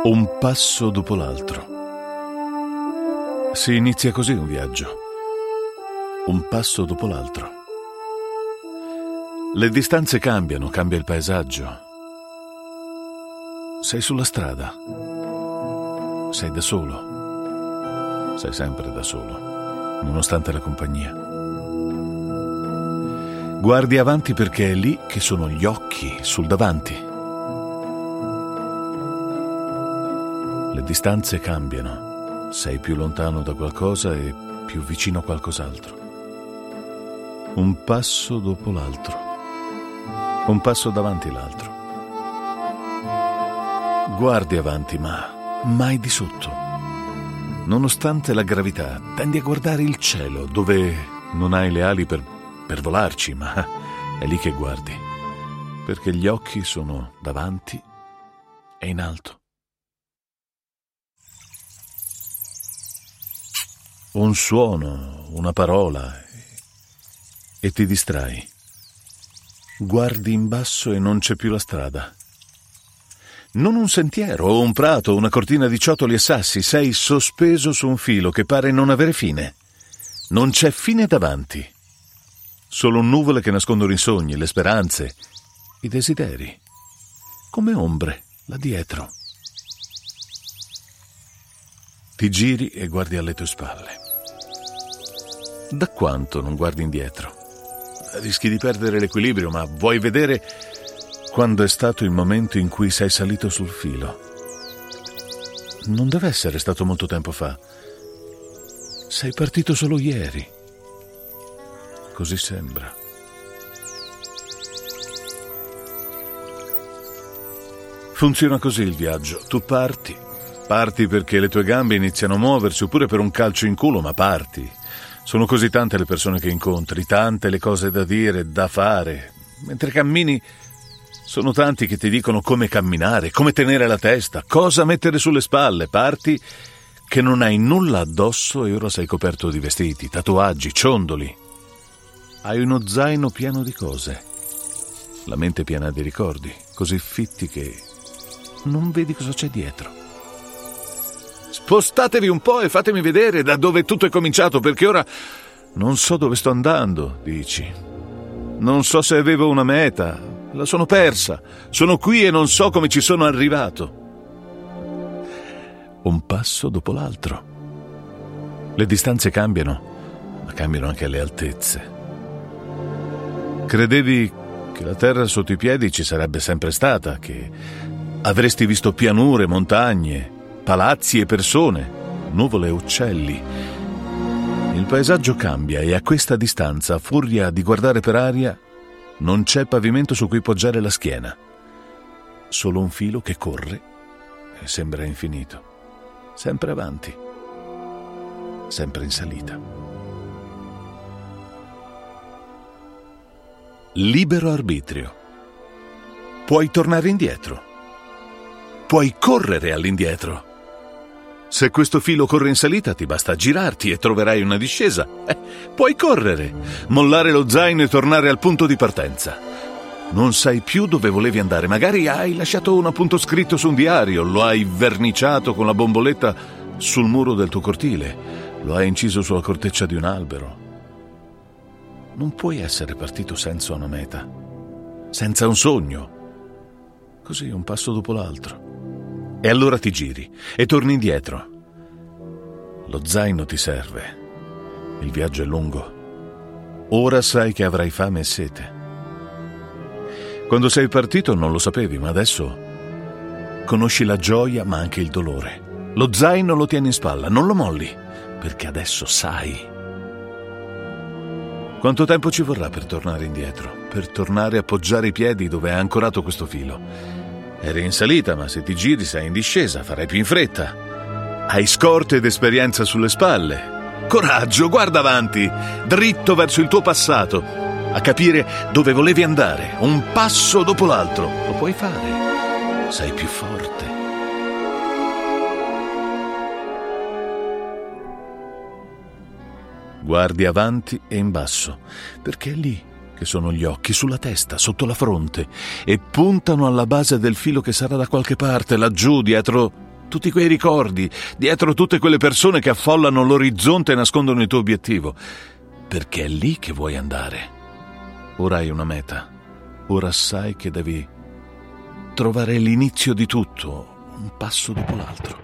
Un passo dopo l'altro. Si inizia così un viaggio. Un passo dopo l'altro. Le distanze cambiano, cambia il paesaggio. Sei sulla strada. Sei da solo. Sei sempre da solo, nonostante la compagnia. Guardi avanti perché è lì che sono gli occhi sul davanti. Le distanze cambiano, sei più lontano da qualcosa e più vicino a qualcos'altro. Un passo dopo l'altro, un passo davanti l'altro. Guardi avanti, ma mai di sotto. Nonostante la gravità, tendi a guardare il cielo, dove non hai le ali per volarci, ma è lì che guardi, perché gli occhi sono davanti e in alto. Un suono, una parola e ti distrai. Guardi in basso e non c'è più la strada. Non un sentiero o un prato, una cortina di ciottoli e sassi, sei sospeso su un filo che pare non avere fine. Non c'è fine davanti. Solo nuvole che nascondono i sogni, le speranze, i desideri. Come ombre là dietro. Ti giri e guardi alle tue spalle. Da quanto non guardi indietro? Rischi di perdere l'equilibrio, ma vuoi vedere quando è stato il momento in cui sei salito sul filo? Non deve essere stato molto tempo fa. Sei partito solo ieri. Così sembra. Funziona così il viaggio. Tu parti perché le tue gambe iniziano a muoversi, oppure per un calcio in culo, ma parti. Sono così tante le persone che incontri, tante le cose da dire, da fare. Mentre cammini, sono tanti che ti dicono come camminare, come tenere la testa, cosa mettere sulle spalle. Parti che non hai nulla addosso e ora sei coperto di vestiti, tatuaggi, ciondoli. Hai uno zaino pieno di cose. La mente piena di ricordi, così fitti che non vedi cosa c'è dietro. Spostatevi un po' e fatemi vedere da dove tutto è cominciato, perché ora non so dove sto andando, dici. Non so se avevo una meta, la sono persa. Sono qui e non so come ci sono arrivato. Un passo dopo l'altro. Le distanze cambiano, ma cambiano anche le altezze. Credevi che la terra sotto i piedi ci sarebbe sempre stata, che avresti visto pianure, montagne, palazzi e persone, nuvole e uccelli. Il paesaggio cambia e a questa distanza, a furia di guardare per aria, non c'è pavimento su cui poggiare la schiena. Solo un filo che corre e sembra infinito. Sempre avanti, sempre in salita. Libero arbitrio. Puoi tornare indietro. Puoi correre all'indietro. Se questo filo corre in salita, ti basta girarti e troverai una discesa. Puoi correre, mollare lo zaino e tornare al punto di partenza. Non sai più dove volevi andare. Magari hai lasciato un appunto scritto su un diario, lo hai verniciato con la bomboletta sul muro del tuo cortile, lo hai inciso sulla corteccia di un albero. Non puoi essere partito senza una meta, senza un sogno. Così, un passo dopo l'altro. E allora ti giri e torni indietro. Lo zaino ti serve. Il viaggio è lungo. Ora sai che avrai fame e sete. Quando sei partito non lo sapevi, ma adesso conosci la gioia ma anche il dolore. Lo zaino lo tieni in spalla, non lo molli, perché adesso sai. Quanto tempo ci vorrà per tornare indietro? Per tornare a poggiare i piedi dove hai ancorato questo filo? Eri in salita, ma se ti giri sei in discesa, farai più in fretta. Hai scorte ed esperienza sulle spalle. Coraggio, guarda avanti, dritto verso il tuo passato, a capire dove volevi andare, un passo dopo l'altro. Lo puoi fare, sei più forte. Guardi avanti e in basso, perché è lì che sono gli occhi, sulla testa, sotto la fronte, e puntano alla base del filo che sarà da qualche parte, laggiù, dietro tutti quei ricordi, dietro tutte quelle persone che affollano l'orizzonte e nascondono il tuo obiettivo. Perché è lì che vuoi andare. Ora hai una meta. Ora sai che devi trovare l'inizio di tutto, un passo dopo l'altro.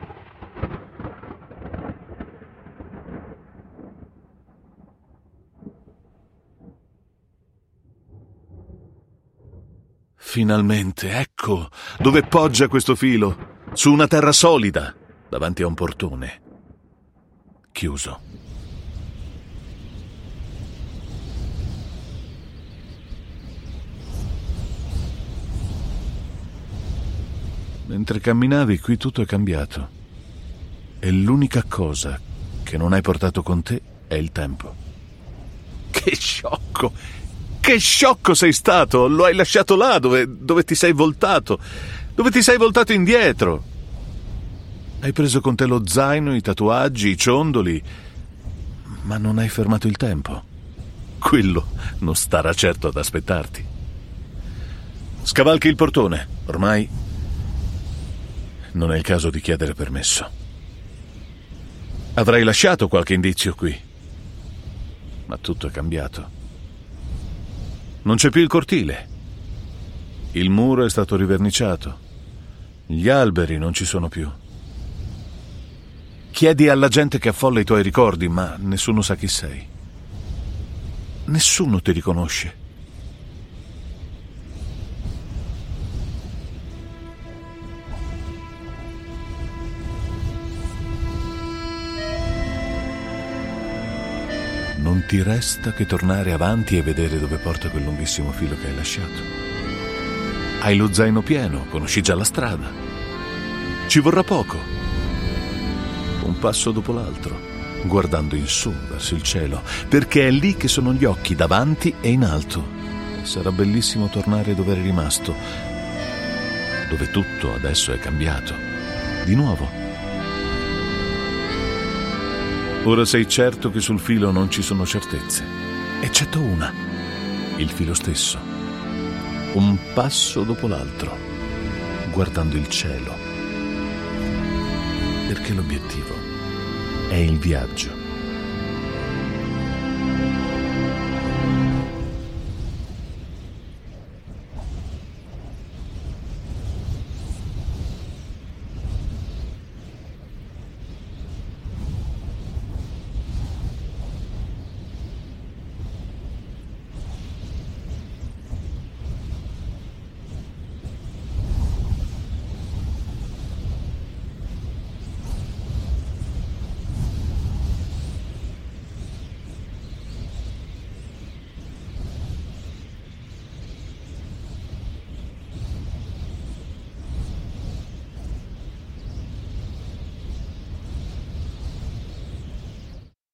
Finalmente, ecco dove poggia questo filo. Su una terra solida, davanti a un portone chiuso. Mentre camminavi qui tutto è cambiato. E l'unica cosa che non hai portato con te è il tempo. Che sciocco! Che sciocco sei stato! Lo hai lasciato là dove ti sei voltato. Dove ti sei voltato indietro. Hai preso con te lo zaino, i tatuaggi, i ciondoli, ma non hai fermato il tempo. Quello non starà certo ad aspettarti. Scavalchi il portone. Ormai non è il caso di chiedere permesso. Avrai lasciato qualche indizio qui, ma tutto è cambiato. Non c'è più il cortile. Il muro è stato riverniciato. Gli alberi non ci sono più. Chiedi alla gente che affolla i tuoi ricordi, ma nessuno sa chi sei. Nessuno ti riconosce. Non ti resta che tornare avanti e vedere dove porta quel lunghissimo filo che hai lasciato. Hai lo zaino pieno, conosci già la strada. Ci vorrà poco. Un passo dopo l'altro, guardando in su verso il cielo, perché è lì che sono gli occhi, davanti e in alto. Sarà bellissimo tornare dove eri rimasto, dove tutto adesso è cambiato. Di nuovo. Ora sei certo che sul filo non ci sono certezze, eccetto una, il filo stesso. Un passo dopo l'altro, guardando il cielo, perché l'obiettivo è il viaggio.